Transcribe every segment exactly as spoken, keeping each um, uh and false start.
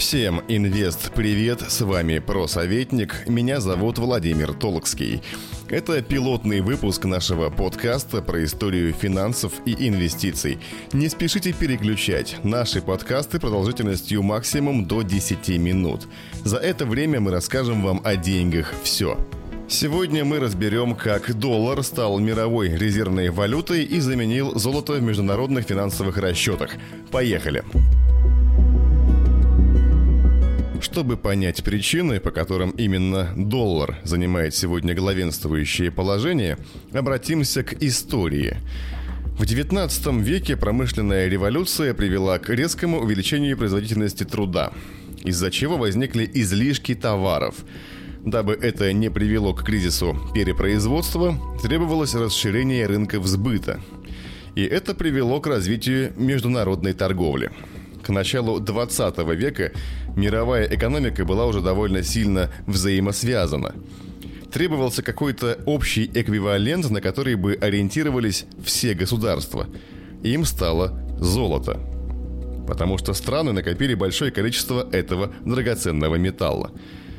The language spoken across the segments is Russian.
Всем инвест-привет, с вами Просоветник, меня зовут Владимир Толокский. Это пилотный выпуск нашего подкаста про историю финансов и инвестиций. Не спешите переключать, наши подкасты продолжительностью максимум до десять минут. За это время мы расскажем вам о деньгах все. Сегодня мы разберем, как доллар стал мировой резервной валютой и заменил золото в международных финансовых расчетах. Поехали! Чтобы понять причины, по которым именно доллар занимает сегодня главенствующее положение, обратимся к истории. В девятнадцатом веке промышленная революция привела к резкому увеличению производительности труда, из-за чего возникли излишки товаров. Дабы это не привело к кризису перепроизводства, требовалось расширение рынков сбыта. И это привело к развитию международной торговли. К началу двадцатого века мировая экономика была уже довольно сильно взаимосвязана. Требовался какой-то общий эквивалент, на который бы ориентировались все государства. Им стало золото. Потому что страны накопили большое количество этого драгоценного металла.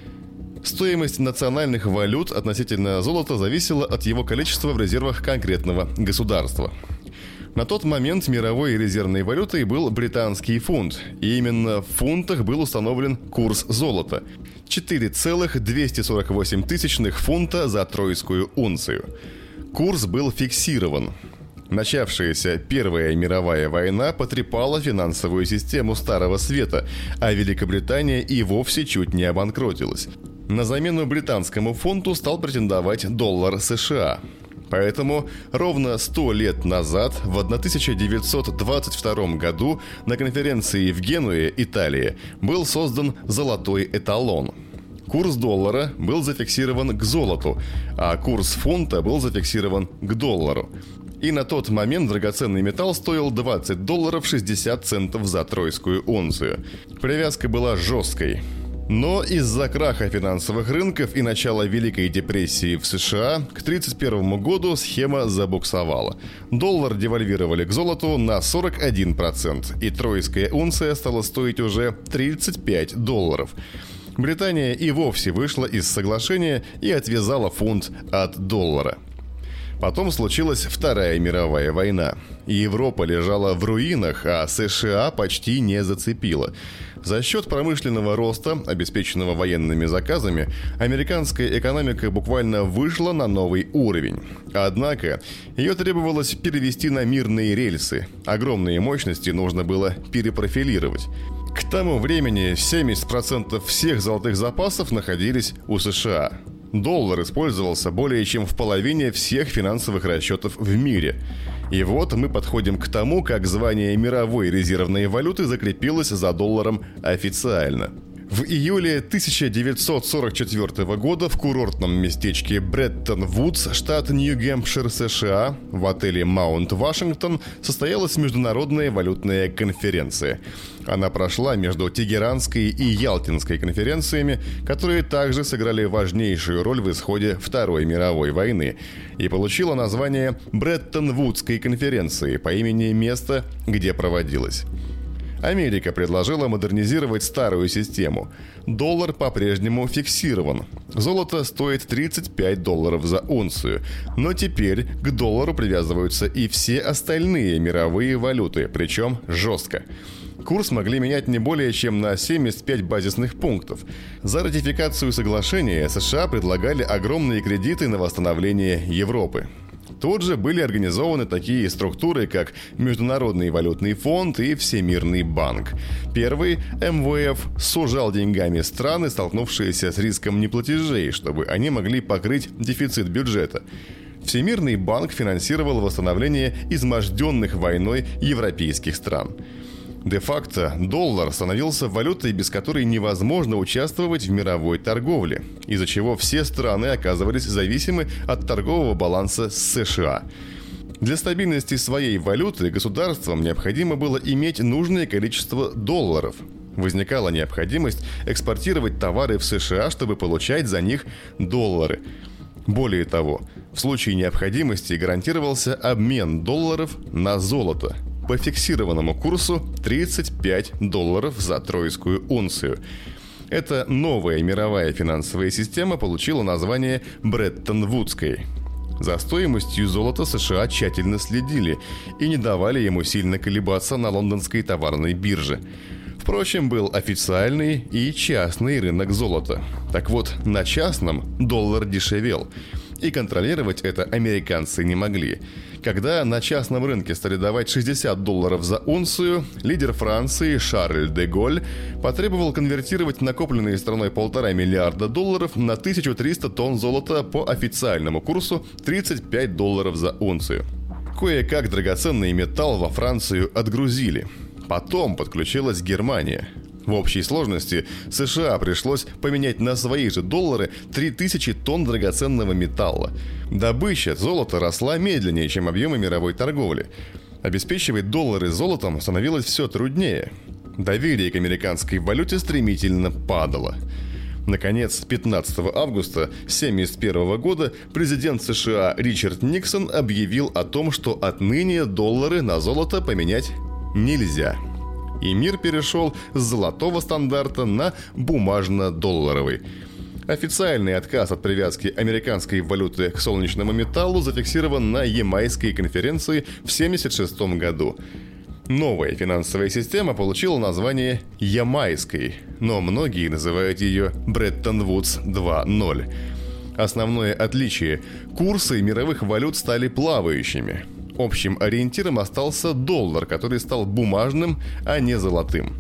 Стоимость национальных валют относительно золота зависела от его количества в резервах конкретного государства. На тот момент мировой резервной валютой был британский фунт, и именно в фунтах был установлен курс золота – четыре целых двести сорок восемь тысячных фунта за тройскую унцию. Курс был фиксирован. Начавшаяся Первая мировая война потрепала финансовую систему Старого Света, а Великобритания и вовсе чуть не обанкротилась. На замену британскому фунту стал претендовать доллар США. Поэтому ровно сто лет назад, в тысяча девятьсот двадцать втором году, на конференции в Генуе, Италия, был создан золотой эталон. Курс доллара был зафиксирован к золоту, а курс фунта был зафиксирован к доллару. И на тот момент драгоценный металл стоил двадцать долларов шестьдесят центов за тройскую унцию. Привязка была жесткой. Но из-за краха финансовых рынков и начала Великой депрессии в США к тридцать первому году схема забуксовала. Доллар девальвировали к золоту на сорок один процент, и тройская унция стала стоить уже тридцать пять долларов. Британия и вовсе вышла из соглашения и отвязала фунт от доллара. Потом случилась Вторая мировая война. Европа лежала в руинах, а США почти не зацепила. За счет промышленного роста, обеспеченного военными заказами, американская экономика буквально вышла на новый уровень. Однако ее требовалось перевести на мирные рельсы. Огромные мощности нужно было перепрофилировать. К тому времени семьдесят процентов всех золотых запасов находились у США. Доллар использовался более чем в половине всех финансовых расчетов в мире. И вот мы подходим к тому, как звание мировой резервной валюты закрепилось за долларом официально. В июле тысяча девятьсот сорок четвёртого года в курортном местечке Бреттон-Вудс, штат Нью-Гэмпшир, США, в отеле Маунт-Вашингтон состоялась международная валютная конференция. Она прошла между Тегеранской и Ялтинской конференциями, которые также сыграли важнейшую роль в исходе Второй мировой войны, и получила название Бреттон-Вудской конференции по имени места, где проводилась. Америка предложила модернизировать старую систему. Доллар по-прежнему фиксирован. Золото стоит тридцать пять долларов за унцию. Но теперь к доллару привязываются и все остальные мировые валюты, причем жестко. Курс могли менять не более чем на семьдесят пять базисных пунктов. За ратификацию соглашения США предлагали огромные кредиты на восстановление Европы. Тут же были организованы такие структуры, как Международный валютный фонд и Всемирный банк. Первый, эм вэ эф, сужал деньгами страны, столкнувшиеся с риском неплатежей, чтобы они могли покрыть дефицит бюджета. Всемирный банк финансировал восстановление изможденных войной европейских стран. Де-факто доллар становился валютой, без которой невозможно участвовать в мировой торговле, из-за чего все страны оказывались зависимы от торгового баланса с США. Для стабильности своей валюты государствам необходимо было иметь нужное количество долларов. Возникала необходимость экспортировать товары в США, чтобы получать за них доллары. Более того, в случае необходимости гарантировался обмен долларов на золото. по фиксированному курсу тридцать пять долларов за тройскую унцию. Эта новая мировая финансовая система получила название Бреттон-Вудской. За стоимостью золота США тщательно следили и не давали ему сильно колебаться на лондонской товарной бирже. Впрочем, был официальный и частный рынок золота. Так вот, на частном доллар дешевел. И контролировать это американцы не могли. Когда на частном рынке стали давать шестьдесят долларов за унцию, лидер Франции Шарль де Голль потребовал конвертировать накопленные страной полтора миллиарда долларов на тысячу триста тонн золота по официальному курсу тридцать пять долларов за унцию. Кое-как драгоценный металл во Францию отгрузили. Потом подключилась Германия. В общей сложности США пришлось поменять на свои же доллары три тысячи тонн драгоценного металла. Добыча золота росла медленнее, чем объемы мировой торговли. Обеспечивать доллары золотом становилось все труднее. Доверие к американской валюте стремительно падало. Наконец, пятнадцатого августа тысяча девятьсот семьдесят первого года президент США Ричард Никсон объявил о том, что отныне доллары на золото поменять нельзя. И мир перешел с золотого стандарта на бумажно-долларовый. Официальный отказ от привязки американской валюты к солнечному металлу зафиксирован на Ямайской конференции в тысяча девятьсот семьдесят шестом году. Новая финансовая система получила название Ямайской, но многие называют ее Бреттон-Вудс два ноль. Основное отличие – курсы мировых валют стали плавающими. Общим ориентиром остался доллар, который стал бумажным, а не золотым.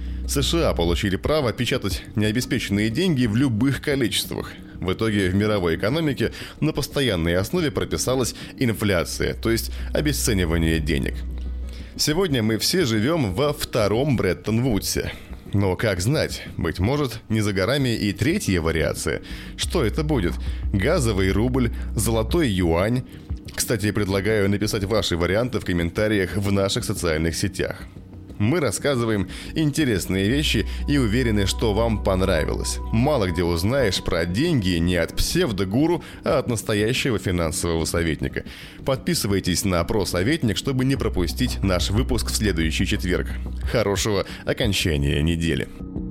США получили право печатать необеспеченные деньги в любых количествах. В итоге в мировой экономике на постоянной основе прописалась инфляция, то есть обесценивание денег. Сегодня мы все живем во втором Бреттон-Вудсе. Но как знать, быть может, не за горами и третья вариация. Что это будет? Газовый рубль, золотой юань? Кстати, предлагаю написать ваши варианты в комментариях в наших социальных сетях. Мы рассказываем интересные вещи и уверены, что вам понравилось. Мало где узнаешь про деньги не от псевдогуру, а от настоящего финансового советника. Подписывайтесь на «Про-советник», чтобы не пропустить наш выпуск в следующий четверг. Хорошего окончания недели.